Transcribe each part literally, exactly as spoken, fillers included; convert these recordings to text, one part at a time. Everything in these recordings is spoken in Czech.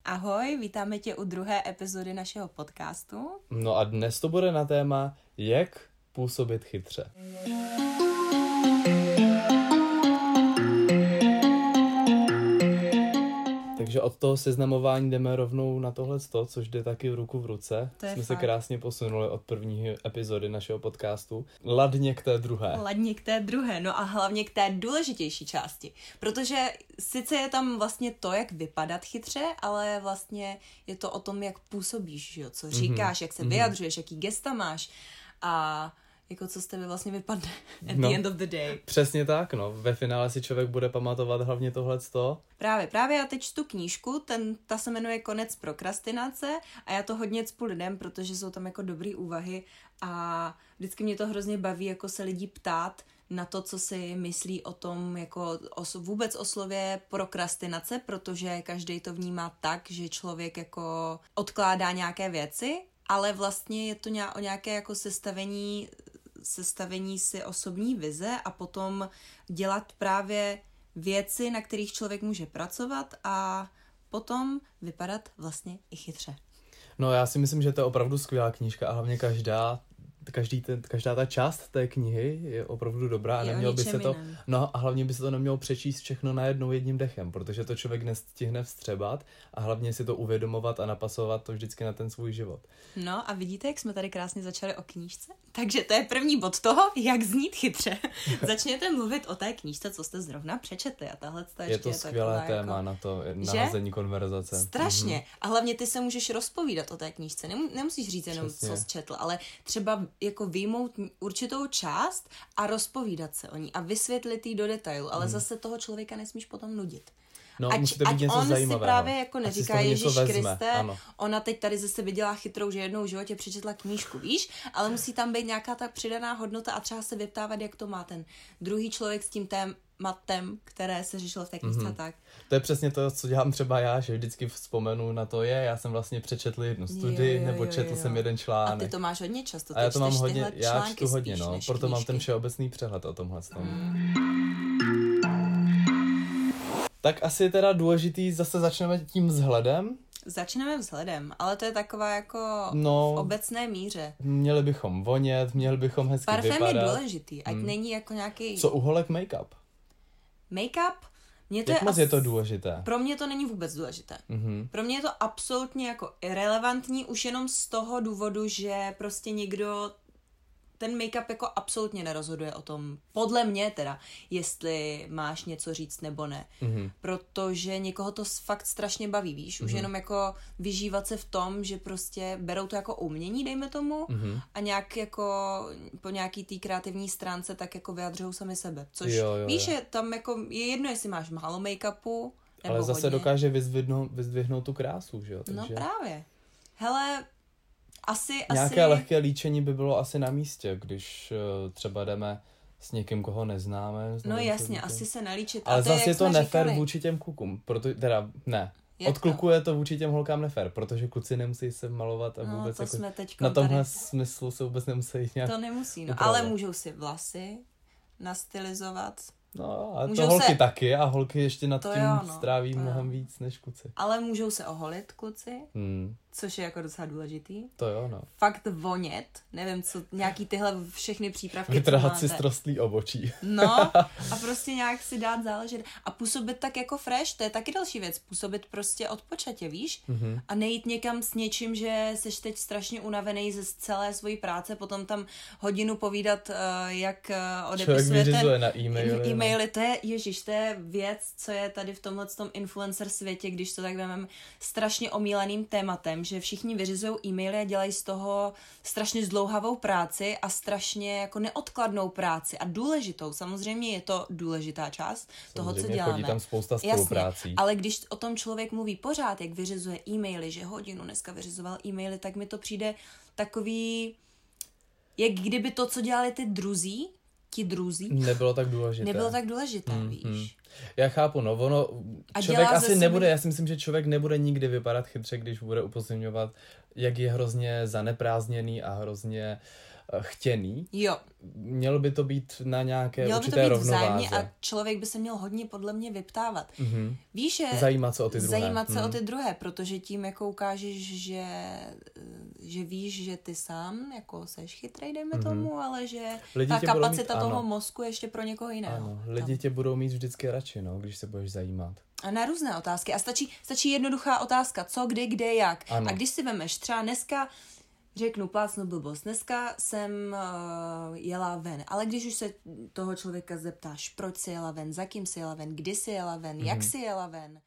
Ahoj, vítáme tě u druhé epizody našeho podcastu. No a dnes to bude na téma, jak působit chytře. Takže od toho seznamování jdeme rovnou na tohleto, což jde taky v ruku v ruce. To je Jsme fakt. se krásně posunuli od první epizody našeho podcastu. Ladně k té druhé. Ladně k té druhé, no a hlavně k té důležitější části. Protože sice je tam vlastně to, jak vypadat chytře, ale vlastně je to o tom, jak působíš, jo? Co říkáš, mm-hmm. jak se vyjadřuješ, jaký gesta máš a jako co z tebe vlastně vypadne at no, the end of the day. Přesně tak, no. Ve finále si člověk bude pamatovat hlavně tohleto. Právě, právě já teď čtu knížku, ten, ta se jmenuje Konec prokrastinace a já to hodně cpu lidem, protože jsou tam jako dobrý úvahy a vždycky mě to hrozně baví jako se lidí ptát na to, co si myslí o tom, jako o, vůbec o slově prokrastinace, protože každý to vnímá tak, že člověk jako odkládá nějaké věci, ale vlastně je to o nějaké jako sestavení, sestavení si osobní vize a potom dělat právě věci, na kterých člověk může pracovat a potom vypadat vlastně i chytře. No já si myslím, že to je opravdu skvělá knížka a hlavně každá Každý ten, každá ta část té knihy je opravdu dobrá a je nemělo by se to, jiném. no a hlavně by se to nemělo přečíst všechno najednou jedním dechem, protože to člověk nestihne vstřebat a hlavně si to uvědomovat a napasovat to vždycky na ten svůj život. No a vidíte, jak jsme tady krásně začali o knížce? Takže to je první bod toho, jak znít chytře. Začněte mluvit o té knížce, co jste zrovna přečetli a tahle ta ještě je to je skvělé téma jako... na to nahazení konverzace. Strašně. Mhm. A hlavně ty se můžeš rozpovídat o té knížce. Nem, nemusíš říct jenom, Přesně. co jsi četl, ale třeba jako vyjmout určitou část a rozpovídat se o ní a vysvětlit jí do detailu, ale hmm. zase toho člověka nesmíš potom nudit. No, ať musí to být ať něco on zajímavého. si právě jako Ať si z neříká, toho něco Ježíš vezme, Kriste, ano. ona teď tady ze sebe dělá chytrou, že jednou v životě přečetla knížku, víš, ale musí tam být nějaká ta přidaná hodnota a třeba se vyptávat, jak to má ten druhý člověk s tím tématem, které se řešilo v té knížce mm-hmm. tak. To je přesně to, co dělám třeba já, že vždycky vzpomenu na to, je, já jsem vlastně přečetl jednu studii, jo, jo, nebo jo, četl jo. jsem jeden článek. A ty to máš hodně často, a já to mám hodně, tyhle já čtu hodně, spíš, no, než proto knížky. mám ten všeobecný přehled o tomhle. Mm. Tak asi je teda důležitý, zase začneme tím vzhledem. Začneme vzhledem, ale to je taková jako no, v obecné míře. Měli bychom vonět, měli bychom hezky Parfém vypadat. je důležitý, ať hmm. není jako nějaký... Co uholek make-up? Make-up? Mně to Jak je moc as... je to důležité? Pro mě to není vůbec důležité. Mm-hmm. Pro mě je to absolutně jako irrelevantní už jenom z toho důvodu, že prostě někdo... Ten make-up jako absolutně nerozhoduje o tom, podle mě teda, jestli máš něco říct nebo ne. Mm-hmm. Protože někoho to fakt strašně baví, víš? Už mm-hmm. jenom jako vyžívat se v tom, že prostě berou to jako umění, dejme tomu, mm-hmm. a nějak jako po nějaký té kreativní stránce tak jako vyjadřují sami sebe. Což jo, jo, víš, jo. je tam jako, je jedno, jestli máš málo make-upu, nebo Ale zase hodně. dokáže vyzdvihnout, vyzdvihnout tu krásu, že jo? No Takže... právě. Hele... Asi, Nějaké asi... lehké líčení by bylo asi na místě, když uh, třeba jdeme s někým, koho neznáme. No jasně, asi se nalíčit. Ale a to je, zase je to nefér říkali. vůči těm klukům, proto, teda ne. Jak Od kluků je to vůči těm holkám nefér, protože kluci nemusí se malovat a no, vůbec to jako, jsme na tomhle tady... smyslu se vůbec nemusí nějak To nemusí, no, upravovat. ale můžou si vlasy nastylizovat. No a můžou to holky se... taky a holky ještě nad to tím jo, no, stráví to mnohem jo. víc než kluci. Ale můžou se oholit kluci, Hmm. což je jako docela důležitý. To jo, no. Fakt vonět, nevím co, nějaký tyhle všechny přípravky, Vytrhat si strostlý obočí. No a prostě nějak si dát záležet a působit tak jako fresh, to je taky další věc, působit prostě odpočatě, víš? Mm-hmm. A nejít někam s něčím, že seš teď strašně unavený ze celé svojí práce, potom tam hodinu povídat, uh, jak uh, odepisujete na e-maily. e-maily, to je, ježiš, to je věc, co je tady v tomhletom influencer světě, když to tak vememe, strašně omílaným tématem, že všichni vyřizují e-maily a dělají z toho strašně zdlouhavou práci a strašně jako neodkladnou práci a důležitou. Samozřejmě je to důležitá část toho, co děláme. Chodí tam spousta spoluprácí. Jasně, ale když o tom člověk mluví pořád, jak vyřizuje e-maily, že hodinu dneska vyřizoval e-maily, tak mi to přijde takový, jak kdyby to, co dělali ty druzí, ti druzí, nebylo tak důležité. Nebylo tak důležité, mm, víš. Mm. Já chápu, no ono, a člověk asi sebe... nebude, já si myslím, že člověk nebude nikdy vypadat chytře, když bude upozorňovat, jak je hrozně zaneprázdněný a hrozně chtěný. Jo. Mělo by to být na nějaké Mělo určité by to být rovnováze. vzájemně a člověk by se měl hodně podle mě vyptávat. Mm-hmm. Víš, že... Zajímat se o ty druhé. Zajímat se mm. o ty druhé, protože tím jako ukážeš, že, že víš, že ty sám jako seš chytrej, dejme mm-hmm. tomu, ale že lidi ta kapacita mít, toho ano. mozku ještě pro někoho jiného. Ano, lidi tam. Tě budou mít vždycky radši, no, když se budeš zajímat. A na různé otázky. A stačí, stačí jednoduchá otázka. Co, kdy, kde, jak. Ano. A když si vemeš třeba dneska, řeknu plácnu blbost, dneska jsem uh, jela ven, ale když už se toho člověka zeptáš, proč jsi jela ven, za kým jsi jela ven, kdy jsi jela ven, mm. jak jsi jela ven.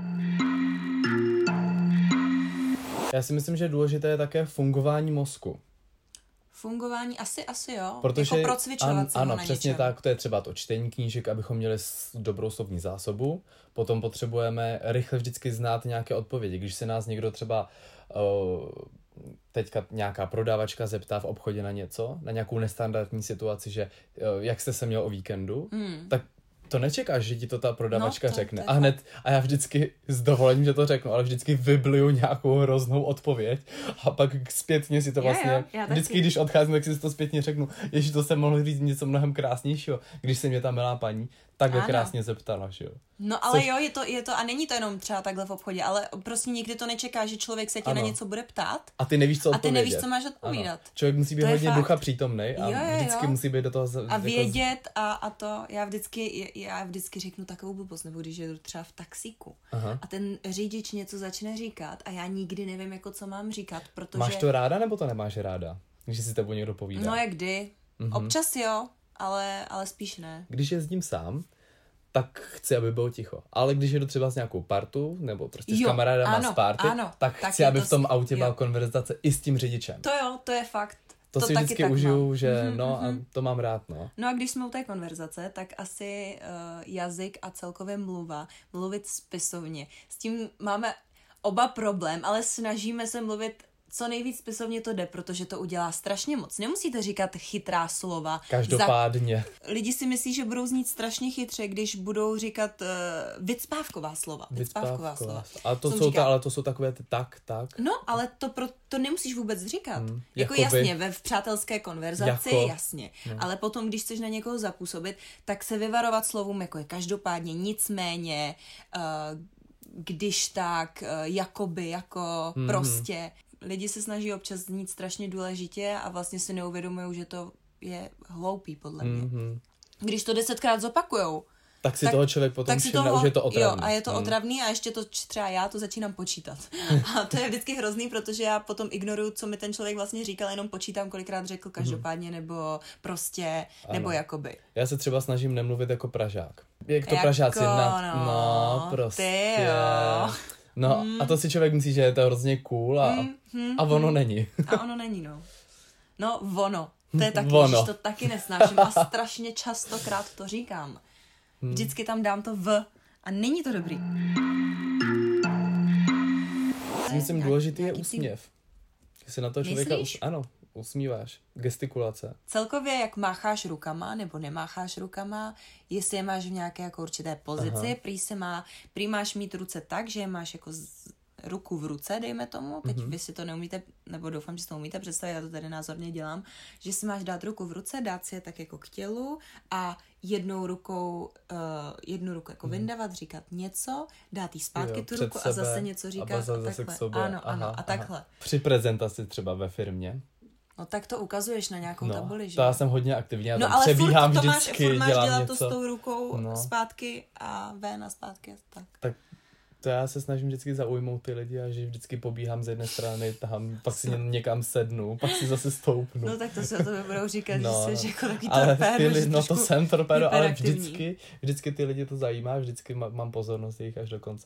Já si myslím, že důležité je také fungování mozku. Fungování asi, asi jo. Protože, jako procvičovat an, se ano, na přesně něčem. tak, to je třeba to čtení knížek, abychom měli dobrou slovní zásobu. Potom potřebujeme rychle vždycky znát nějaké odpovědi. Když se nás někdo třeba uh, teďka nějaká prodavačka zeptá v obchodě na něco, na nějakou nestandardní situaci, že uh, jak jste se měl o víkendu, hmm. tak to nečekáš, že ti to ta prodavačka no, to, řekne. To a hned, a já vždycky s dovolením, že to řeknu, ale vždycky vybliju nějakou hroznou odpověď a pak zpětně si to vlastně, jo, jo, vždycky, když odcházím, tak si to zpětně řeknu, ježi, to jsem mohl říct něco mnohem krásnějšího, když se mě ta milá paní takhle ano. krásně zeptala, že jo. No ale Což... jo, je to, je to, a není to jenom třeba takhle v obchodě, ale prostě nikdy to nečeká, že člověk se tě ano. na něco bude ptát. A ty nevíš, co odpovědět. A ty nevíš, co máš odpovídat. Ano. Člověk musí být to hodně ducha přítomnej a jo, jo, vždycky jo. musí být do toho... Z... A vědět a, a to, já vždycky, já vždycky řeknu takovou blbost, nebo když jedu třeba v taxíku Aha. a ten řidič něco začne říkat a já nikdy nevím, jako co mám říkat, protože... Máš to ráda, nebo to nemáš ráda? Když si tebou někdo povídá? No jak kdy. Mhm. Občas jo, ale, ale spíš ne. Když jezdím sám, tak chci, aby bylo ticho. Ale když jedu třeba s nějakou partou, nebo prostě jo, s kamarádama ano, z party, ano, tak, tak chci, aby v tom autě byla konverzace i s tím řidičem. To jo, to je fakt. To, to si taky vždycky tak užiju, mám. že mm-hmm, no mm-hmm. a to mám rád, no. No a když jsme u té konverzace, tak asi uh, jazyk a celkově mluva, mluvit spisovně. S tím máme oba problém, ale snažíme se mluvit co nejvíc spisovně to jde, protože to udělá strašně moc. Nemusíte říkat chytrá slova. Každopádně. Za... Lidi si myslí, že budou znít strašně chytře, když budou říkat uh, vycpávková slova. Vycpávková slova. A to jsou ta, ale to jsou takové ty tak, tak. No, ale to, pro, to nemusíš vůbec říkat. Hmm, jako jasně, ve v přátelské konverzaci, jako, jasně. No. Ale potom, když chceš na někoho zapůsobit, tak se vyvarovat slovům, jako je každopádně, nicméně, uh, když tak, uh, jakoby, jako, mm-hmm. prostě... Lidi se snaží občas znít strašně důležitě a vlastně si neuvědomují, že to je hloupý, podle mě. Mm-hmm. Když to desetkrát zopakujou, tak si tak, toho člověk potom všimne, už je to otravný. Jo, a je to mm. otravný a ještě to třeba já to začínám počítat. A to je vždycky hrozný, protože já potom ignoruju, co mi ten člověk vlastně říkal, jenom počítám, kolikrát řekl každopádně, mm. nebo prostě, ano. nebo jakoby. Já se třeba snažím nemluvit jako Pražák. Jak to jako, Pražáci na... No, no prostě... Ty jo. No mm. a to si člověk myslí, že je to hrozně cool a, mm, mm, a ono mm. není. A ono není, no. No, ono. To je taky, že to taky nesnáším a strašně častokrát to říkám. Vždycky tam dám to v a není to dobrý. Myslím, důležitý je úsměv. Když se na to člověka... Us... Ano, usmíváš. Gestikulace. Celkově, jak mácháš rukama nebo nemácháš rukama, jestli je máš v nějaké jako určité pozici, prý, se má, prý máš mít ruce tak, že je máš jako z, ruku v ruce, dejme tomu, teď mm-hmm. vy si to neumíte, nebo doufám, že si to umíte představit, já to tady názorně dělám, že si máš dát ruku v ruce, dát si je tak jako k tělu a jednou rukou, uh, jednu ruku jako mm. vyndavat, říkat něco, dát jí zpátky jo, tu ruku a zase něco říkat a zase takhle. K sobě. Ano, aha, ano, a takhle. Aha. Při prezentaci třeba ve firmě. No tak to ukazuješ na nějakou no, tabuli, že? To já jsem hodně aktivní, já no, tam přebíhám furt vždycky, máš, furt máš dělám dělat něco. to s tou rukou no. zpátky a ven a zpátky a tak. Tak to já se snažím vždycky zaujmout ty lidi a že vždycky pobíhám z jedné strany tam, pak si někam sednu, pak si zase stoupnu. No tak to se o tobě budou říkat, no, že jsi jako takový ale torpédo, že no to jsem torpédo, ale vždycky, vždycky ty lidi to zajímá, vždycky mám pozornost jejich až do konce.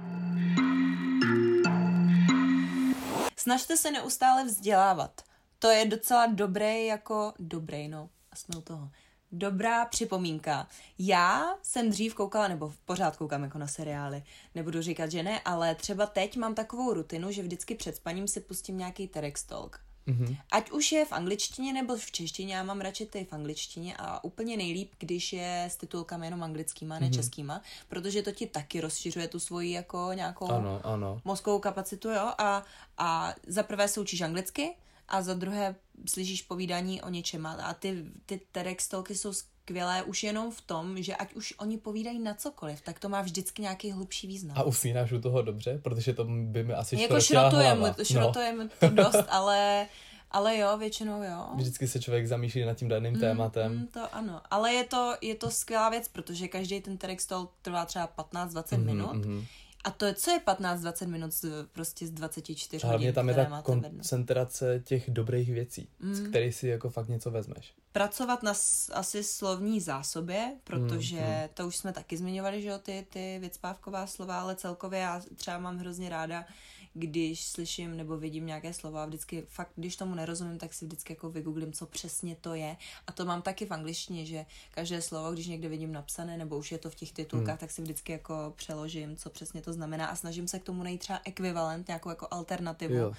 Snažte se neustále vzdělávat. To je docela dobré jako, dobrý, no, a jsme u toho. Dobrá připomínka. Já jsem dřív koukala, nebo pořád koukám jako na seriály, nebudu říkat, že ne, ale třeba teď mám takovou rutinu, že vždycky před spaním si pustím nějaký TEDx Talk. Mm-hmm. Ať už je v angličtině nebo v češtině, já mám radši ty v angličtině a úplně nejlíp, když je s titulkami jenom anglickýma, ne mm-hmm. českýma, protože to ti taky rozšiřuje tu svoji jako nějakou ano, ano. mozkovou kapacitu, jo, a, a za prvé se učíš anglicky, a za druhé slyšíš povídání o něčem. A ty, ty TEDx talky jsou skvělé už jenom v tom, že ať už oni povídají na cokoliv, tak to má vždycky nějaký hlubší význam. A usínáš u toho dobře? Protože to by mi asi jako šrotila hlava. Šrotujeme to dost, ale... Ale jo, většinou jo. Vždycky se člověk zamýšlí nad tím daným mm, tématem. Mm, to ano. Ale je to, je to skvělá věc, protože každý ten TEDx talk trvá třeba patnáct dvacet mm, minut. Mm. A to je, co je patnáct dvacet minut z, prostě z dvacet čtyři hodin, hlavně tam je ta koncentrace těch dobrých věcí, mm. z kterých si jako fakt něco vezmeš. Pracovat na s, asi slovní zásobě, protože mm, mm. to už jsme taky zmiňovali, že jo, ty, ty vycpávková slova, ale celkově já třeba mám hrozně ráda, když slyším nebo vidím nějaké slova a vždycky fakt, když tomu nerozumím, tak si vždycky jako vygooglím, co přesně to je. A to mám taky v angličtině, že každé slovo, když někde vidím napsané, nebo už je to v těch titulkách, hmm. tak si vždycky jako přeložím, co přesně to znamená a snažím se k tomu najít třeba ekvivalent, nějakou jako alternativu. Jo.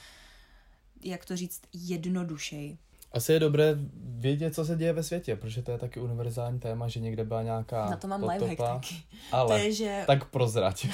Jak to říct jednodušeji. Asi je dobré vědět, co se děje ve světě, protože to je taky univerzální téma, že někde byla nějaká na to mám lifehack taky. Ale, to je, že... tak prozrať.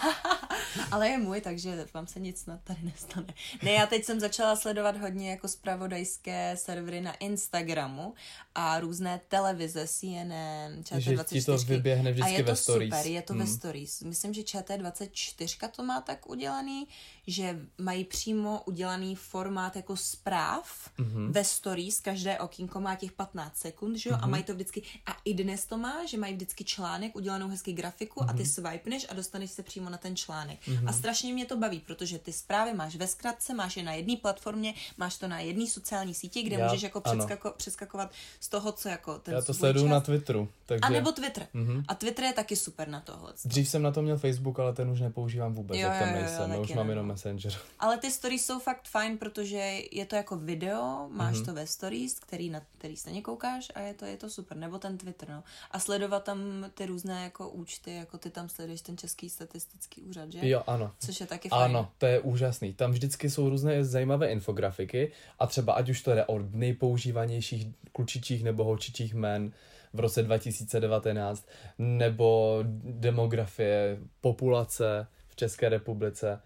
Ale je můj, takže vám se nic snad tady nestane. Ne, já teď jsem začala sledovat hodně jako zpravodajské servery na Instagramu a různé televize, C N N, Č T dvacet čtyři. Že ti to vyběhne vždycky a je to ve stories. Super, je to hmm. ve stories. Myslím, že Č T dvacet čtyři to má tak udělaný, že mají přímo udělaný formát jako zpráv mm-hmm. ve stories, každé okýnko má těch patnáct sekund, že jo, mm-hmm. a mají to vždycky, a i dnes to má, že mají vždycky článek, udělanou hezky grafiku mm-hmm. a ty swipeneš a dostaneš se přímo na ten článek. Mm-hmm. A strašně mě to baví, protože ty zprávy máš ve zkratce, máš je na jedné platformě, máš to na jedné sociální síti, kde Já, můžeš jako předskako, přeskakovat z toho, co jako ten Já to sleduju na Twitteru. Takže... A nebo Twitter. Mm-hmm. A Twitter je taky super na tohle. Dřív jsem na to měl Facebook, ale ten už nepoužívám vůbec, jo, jak tam jo, jo, nejsem, já už mám jenom Messenger. Ale ty stories jsou fakt fajn, protože je to jako video, máš mm-hmm. to ve stories, který na který stejně koukáš a je to, je to super. Nebo ten Twitter, no. A sledovat tam ty různé jako účty, jako ty tam sleduješ ten Český statistický úřad, že? Jo, ano. Což je taky fajn. Ano, to je úžasný. Tam vždycky jsou různé zajímavé infografiky a třeba ať už to jde o nejpoužívanějších klučičích nebo holčičích jmen v roce dva tisíce devatenáct, nebo demografie, populace v České republice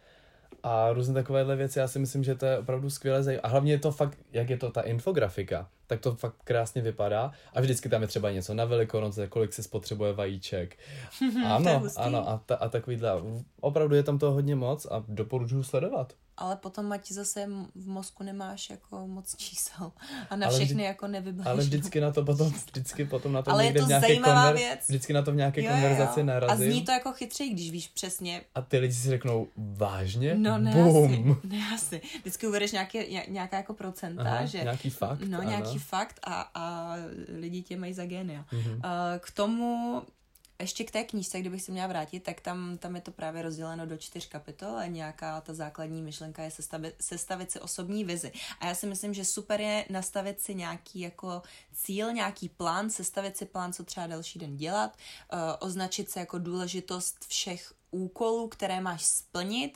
a různé takovéhle věci. Já si myslím, že to je opravdu skvěle zajímavé. A hlavně je to fakt, jak je to ta infografika, tak to fakt krásně vypadá a vždycky tam je třeba něco na Velikonoce, kolik se spotřebuje vajíček. Ano, ano a, ta, a takovýhle. Opravdu je tam toho hodně moc a doporučuji sledovat. Ale potom, Mati, zase v mozku nemáš jako moc čísel a na všechny vždy, jako nevybavíš. Ale vždycky na to potom, vždycky potom na to ale někde je to v nějaké zajímavá konver, věc. Vždycky na to v nějaké jo, konverzaci jo. narazím. A zní to jako chytřej, když víš přesně. A ty lidi si řeknou, vážně? No ne Boom. asi, ne asi. Vždycky uvedeš nějaké, nějaká jako procenta, Aha, že... nějaký fakt. No, ano. nějaký fakt a, a lidi tě mají za génia. Mm-hmm. Uh, k tomu... Ještě k té knížce, kdybych se měla vrátit, tak tam, tam je to právě rozděleno do čtyř kapitol a nějaká ta základní myšlenka je sestavit, sestavit si osobní vizi. A já si myslím, že super je nastavit si nějaký jako cíl, nějaký plán, sestavit si plán, co třeba další den dělat, uh, označit se jako důležitost všech úkolů, které máš splnit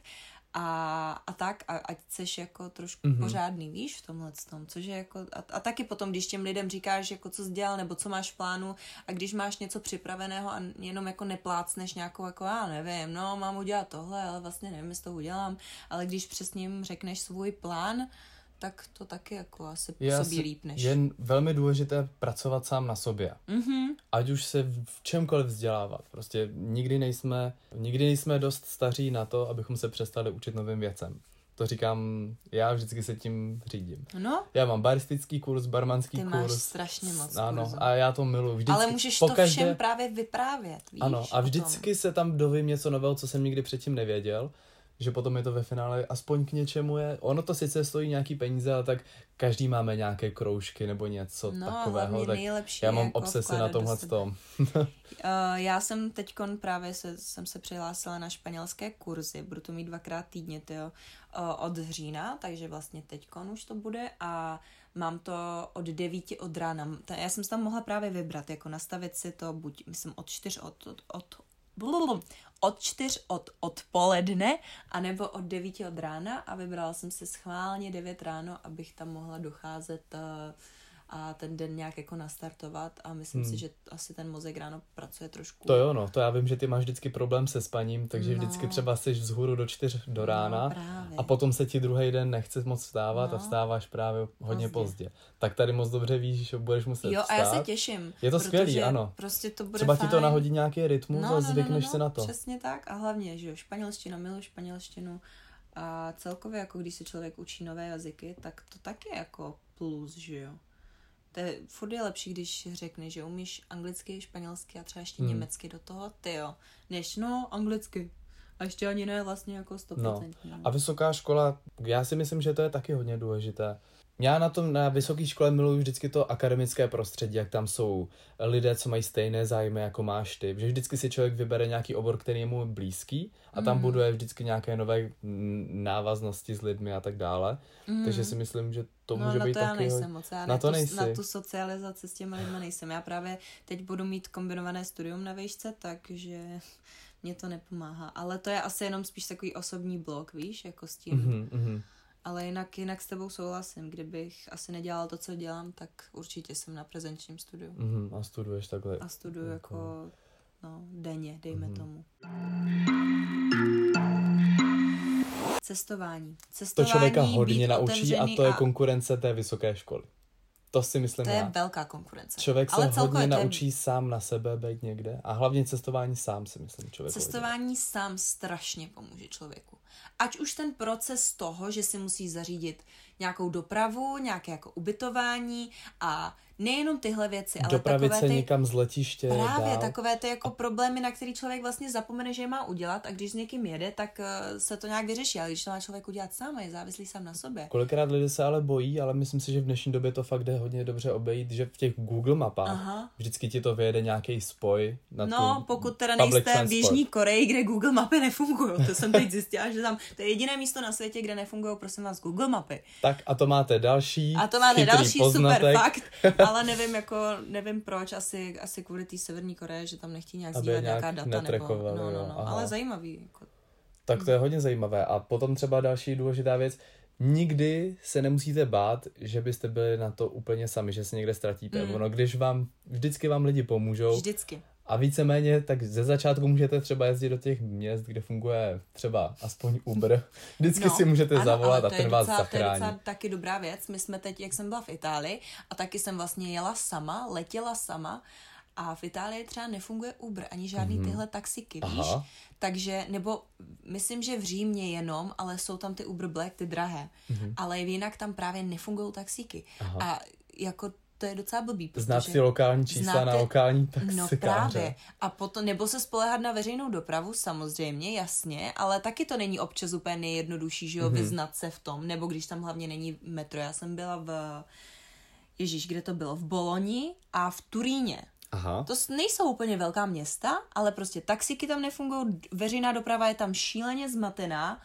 a, a tak, a, ať seš jako trošku mm-hmm. pořádný, víš, v tomhle tom, což je jako, a, a taky potom, když těm lidem říkáš, jako co jsi dělal, nebo co máš v plánu, a když máš něco připraveného a jenom jako neplácneš nějakou, jako já nevím, no, mám udělat tohle, ale vlastně nevím, jestli to udělám, ale když přesně jim řekneš svůj plán, tak to taky jako asi působí líp než. Je velmi důležité pracovat sám na sobě. Mm-hmm. Ať už se v čemkoliv vzdělávat. Prostě nikdy nejsme, nikdy nejsme dost staří na to, abychom se přestali učit novým věcem. To říkám, já vždycky se tím řídím. No. Já mám baristický kurz, barmanský Ty kurz. Ty máš strašně moc Ano, kurzu. a já to miluji. Vždycky, ale můžeš pokaždé... to všem právě vyprávět, víš? Ano, a vždycky se tam dovím něco nového, co jsem nikdy předtím nevěděl. Že potom je to ve finále aspoň k něčemu je. Ono to sice stojí nějaký peníze, ale tak každý máme nějaké kroužky nebo něco no, takového. Tak nejlepší já mám jako obsesi na tomhle tom. uh, já jsem teďkon právě se, jsem se přihlásila na španělské kurzy. Budu to mít dvakrát týdně, tyjo, uh, od října, takže vlastně teďkon už to bude a mám to od devíti od rána. Já jsem si tam mohla právě vybrat, jako nastavit si to buď, myslím, od čtyř od, od, od od čtyř od odpoledne, anebo od devíti od rána a vybrala jsem si schválně devět ráno, abych tam mohla docházet uh, a ten den nějak jako nastartovat a myslím hmm. si, že asi ten mozek ráno pracuje trošku. To jo, no, to já vím, že ty máš vždycky problém se spaním, takže no. vždycky třeba jsi vzhůru do čtyř do rána no, a potom se ti druhý den nechce moc vstávat no. a vstáváš právě hodně pozdě. pozdě. Tak tady moc dobře víš, že budeš muset jo, vstát. Jo, a já se těším. Je to skvělý, ano. Prostě to bude třeba fajn. ti to nahodí nějaký rytmus no, a no, zvykneš no, no, no, se na to. Přesně tak a hlavně, že jo, španělština, miluji španělštinu a celkově jako když se člověk učí nové jazyky, tak to taky je jako plus, že jo. To je, furt je lepší, když řekneš, že umíš anglicky, španělsky a třeba ještě hmm. německy do toho, ty jo, než no anglicky. A ještě ani ne vlastně jako sto procent. No. A vysoká škola, já si myslím, že to je taky hodně důležité. Já na tom na vysoké škole miluji vždycky to akademické prostředí, jak tam jsou lidé, co mají stejné zájmy, jako máš ty. Že vždycky si člověk vybere nějaký obor, který je mu blízký a tam mm. buduje vždycky nějaké nové návaznosti s lidmi a tak dále. Mm. Takže si myslím, že to no, může na být to taky... já nejsem moc. Já na to tu, nejsi. Na tu socializaci s těmi lidmi nejsem. Já právě teď budu mít kombinované studium na výšce, takže mě to nepomáhá. Ale to je asi jenom spíš takový osobní blok, víš, jako s tím... Mm-hmm, mm-hmm. Ale jinak, jinak s tebou souhlasím. Kdybych asi nedělala to, co dělám, tak určitě jsem na prezenčním studiu. Mm-hmm, a studuješ takhle. A studuju jako, jako no, denně, dejme mm-hmm. tomu. Cestování. Cestování. To člověka hodně naučí a to je a... konkurence té vysoké školy. To si myslím To já. je velká konkurence. Člověk Ale se hodně je... naučí sám na sebe být někde a hlavně cestování sám si myslím člověku. Cestování hodně. Sám strašně pomůže člověku. Ať už ten proces toho, že si musí zařídit nějakou dopravu, nějaké jako ubytování a nejenom tyhle věci, ale dopravit takové se ty... někam z letiště Právě, dál. takové ty jako problémy, na který člověk vlastně zapomene, že je má udělat a když s někým jede, tak uh, se to nějak vyřeší, ale když to má člověk udělat sám a je závislý sám na sobě. Kolikrát lidé se ale bojí, ale myslím si, že v dnešní době to fakt jde hodně dobře obejít, že v těch Google mapách Aha. vždycky ti to vyjede nějaký spoj na No, pokud teda nejste v Jižní Koreji, kde Google mapy nefungují, to jsem teď zjistila, že tam to je jediné místo na světě, kde nefungují, prosím vás, Google mapy. Tak a to máte další A to máte další poznatek. Super fakt, ale nevím jako, nevím proč, asi, asi kvůli té Severní Koreji, že tam nechtějí nějak sdílet nějaká data nebo, no, no, no, ale zajímavý. Jako. Tak to je hodně zajímavé a potom třeba další důležitá věc, nikdy se nemusíte bát, že byste byli na to úplně sami, že se někde ztratíte. Mm. Ono, když vám, vždycky vám lidi pomůžou. Vždycky. A víceméně, tak ze začátku můžete třeba jezdit do těch měst, kde funguje třeba aspoň Uber. Vždycky no, si můžete ano, zavolat a ten vás docela, zachrání. To je docela taky dobrá věc. My jsme teď, jak jsem byla v Itálii a taky jsem vlastně jela sama, letěla sama a v Itálii třeba nefunguje Uber ani žádný mm-hmm. tyhle taxiky, víš? Aha. Takže, nebo myslím, že v Římě jenom, ale jsou tam ty Uber Black, ty drahé. Mm-hmm. Ale jinak tam právě nefungují taxíky. Aha. A jako to je docela blbý. Znát si lokální čísla znáte, na lokální taxikáře. No právě. A potom, nebo se spoléhat na veřejnou dopravu, samozřejmě, jasně, ale taky to není občas úplně nejjednodušší, že jo, mm-hmm. vyznat se v tom, nebo když tam hlavně není metro. Já jsem byla v, Ježíš, kde to bylo? V Boloni a v Turíně. Aha. To nejsou úplně velká města, ale prostě taxiky tam nefungují, veřejná doprava je tam šíleně zmatená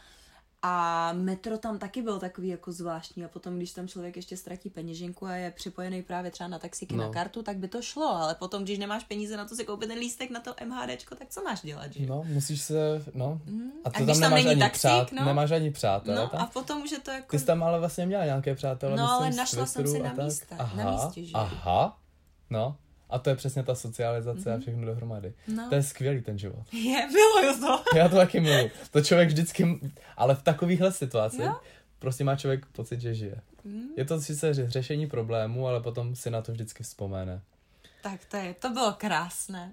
a metro tam taky bylo takový jako zvláštní a potom, když tam člověk ještě ztratí peněženku a je připojený právě třeba na taxiky no. na kartu, tak by to šlo, ale potom, když nemáš peníze na to si koupit ten lístek na to MHDčko, tak co máš dělat, že? No, musíš se, no. Mm. A, to a když tam, tam není ani taxík, přát, no. Nemáš ani přátel. No tam? a potom už je to jako... Ty jsi tam ale vlastně měla nějaké přátelé, No, myslím, ale našla jsem si na, místa, aha, na místě, že? Aha, no. A to je přesně ta socializace mm-hmm. a všechno dohromady. No. To je skvělý ten život. Je, miluju to. Já to taky miluju. To člověk vždycky, ale v takovýchhle situacích jo? prostě má člověk pocit, že žije. Mm. Je to sice řešení problému, ale potom si na to vždycky vzpomene. Tak to je, to bylo krásné.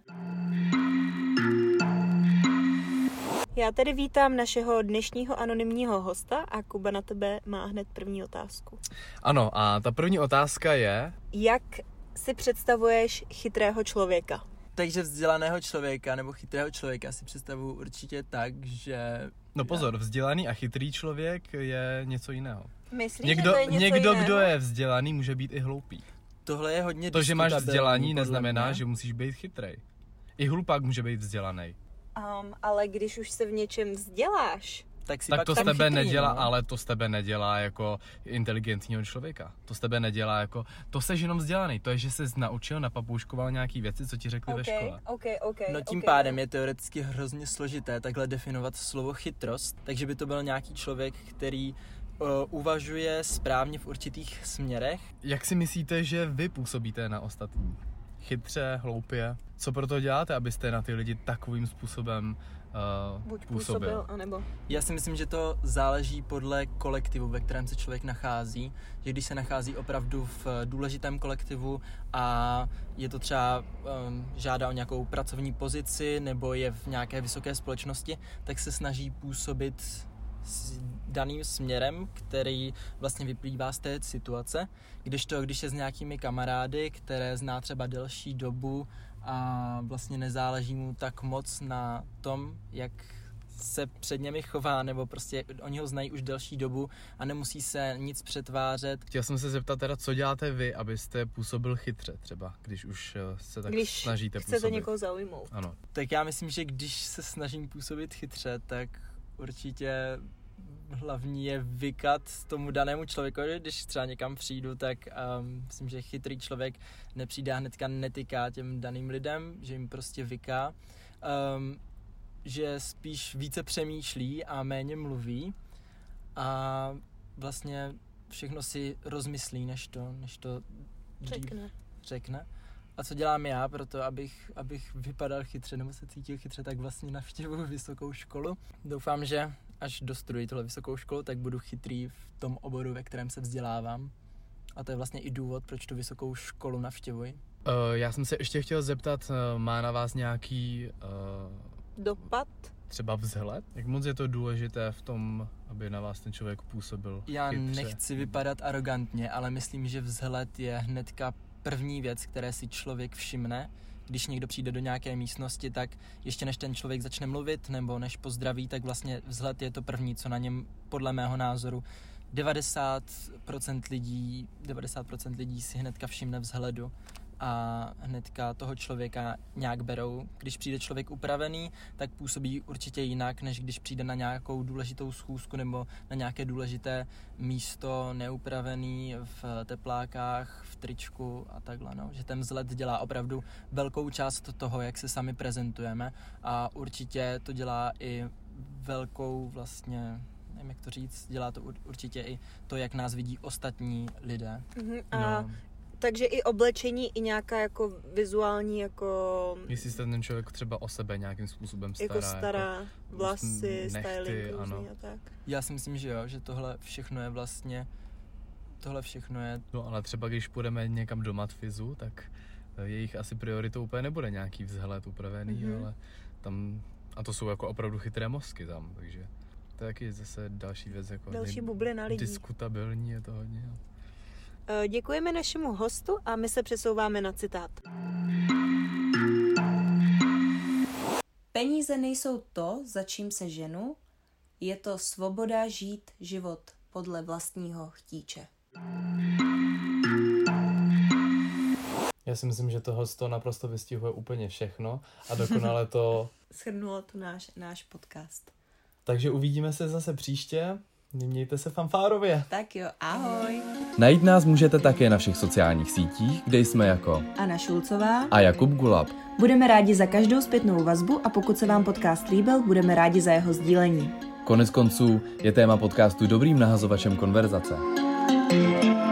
Já tedy vítám našeho dnešního anonymního hosta a Kuba na tebe má hned první otázku. Ano, a ta první otázka je... Jak si představuješ chytrého člověka? Takže vzdělaného člověka nebo chytrého člověka si představuju určitě tak, že... No pozor, vzdělaný a chytrý člověk je něco jiného. Myslíš, někdo, že to je něco Někdo, jiného? kdo je vzdělaný, může být i hloupý. Tohle je hodně To, že máš vzdělání, neznamená, že musíš být chytrej. I hlupák může být vzdělaný. Um, ale když už se v něčem vzděláš... Tak, si tak pak to z tam tebe chytrý, nedělá, no? ale to z tebe nedělá jako inteligentního člověka. To z tebe nedělá jako, to seš jenom vzdělaný, to je, že jsi naučil, napapouškoval nějaký věci, co ti řekli okay, ve škole. Okay, okay, no tím okay. pádem je teoreticky hrozně složité takhle definovat slovo chytrost, takže by to byl nějaký člověk, který uh, uvažuje správně v určitých směrech. Jak si myslíte, že vy působíte na ostatní? Chytře, hloupě? Co proto děláte, abyste na ty lidi takovým způsobem uh, Buď působil? působil, anebo... Já si myslím, že to záleží podle kolektivu, ve kterém se člověk nachází. Že když se nachází opravdu v důležitém kolektivu a je to třeba um, žádá o nějakou pracovní pozici nebo je v nějaké vysoké společnosti, tak se snaží působit s daným směrem, který vlastně vyplývá z té situace. Kdežto, když je s nějakými kamarády, které zná třeba delší dobu a vlastně nezáleží mu tak moc na tom, jak se před němi chová, nebo prostě oni ho znají už delší dobu a nemusí se nic přetvářet. Chtěl jsem se zeptat teda, co děláte vy, abyste působil chytře třeba, když už se tak Když snažíte chcete působit. někoho zaujmout. Ano. Tak já myslím, že když se snažím působit chytře, tak určitě hlavní je vykat tomu danému člověkovi. Když třeba někam přijdu, tak um, myslím, že chytrý člověk nepřijde a hnedka netyká těm daným lidem, že jim prostě vyká. Um, že spíš více přemýšlí a méně mluví a vlastně všechno si rozmyslí, než to, než to Řekne. řekne. A co dělám já pro to, abych, abych vypadal chytře nebo se cítil chytře, tak vlastně navštěvuji vysokou školu. Doufám, že až dostuduji tuhle vysokou školu, tak budu chytrý v tom oboru, ve kterém se vzdělávám. A to je vlastně i důvod, proč tu vysokou školu navštěvuji. Uh, já jsem se ještě chtěl zeptat, uh, má na vás nějaký uh, Dopad? třeba vzhled? Jak moc je to důležité v tom, aby na vás ten člověk působil Já chytře? nechci vypadat arrogantně, ale myslím, že vzhled je hnedka první věc, které si člověk všimne. Když někdo přijde do nějaké místnosti, tak ještě než ten člověk začne mluvit nebo než pozdraví, tak vlastně vzhled je to první, co na něm podle mého názoru devadesát procent lidí, devadesát procent lidí si hnedka všimne vzhledu a hnedka toho člověka nějak berou. Když přijde člověk upravený, tak působí určitě jinak, než když přijde na nějakou důležitou schůzku nebo na nějaké důležité místo neupravený v teplákách, v tričku a takhle. No. Že ten vzhled dělá opravdu velkou část toho, jak se sami prezentujeme a určitě to dělá i velkou vlastně, nevím jak to říct, dělá to určitě i to, jak nás vidí ostatní lidé. Mhm. A No. takže i oblečení, i nějaká jako vizuální, jako... Jestli se ten člověk třeba o sebe nějakým způsobem stará. Jako stará, jako vlasy, nechty, styling ano. různý a tak. Já si myslím, že jo, že tohle všechno je vlastně, tohle všechno je, No ale třeba když půjdeme někam do matfizu, tak jejich asi prioritou úplně nebude nějaký vzhled upravený, Mhm. ale tam, a to jsou jako opravdu chytré mozky tam, takže to je taky zase další věc, jako Další nej- bublina lidí. diskutabilní je to hodně. No. Eh, Děkujeme našemu hostu a my se přesouváme na citát. Peníze nejsou to, za čím se ženu, je to svoboda žít život podle vlastního chtíče. Já si myslím, že tohle to naprosto vystihuje úplně všechno a dokonale to. Shrnulo to náš, náš podcast. Takže uvidíme se zase příště. Mějte se fanfárově. Tak jo, ahoj. Najít nás můžete také na všech sociálních sítích, kde jsme jako Anna Šulcová. a Jakub Gulab. Budeme rádi za každou zpětnou vazbu a pokud se vám podcast líbil, budeme rádi za jeho sdílení. Konec konců je téma podcastu dobrým nahazovačem konverzace.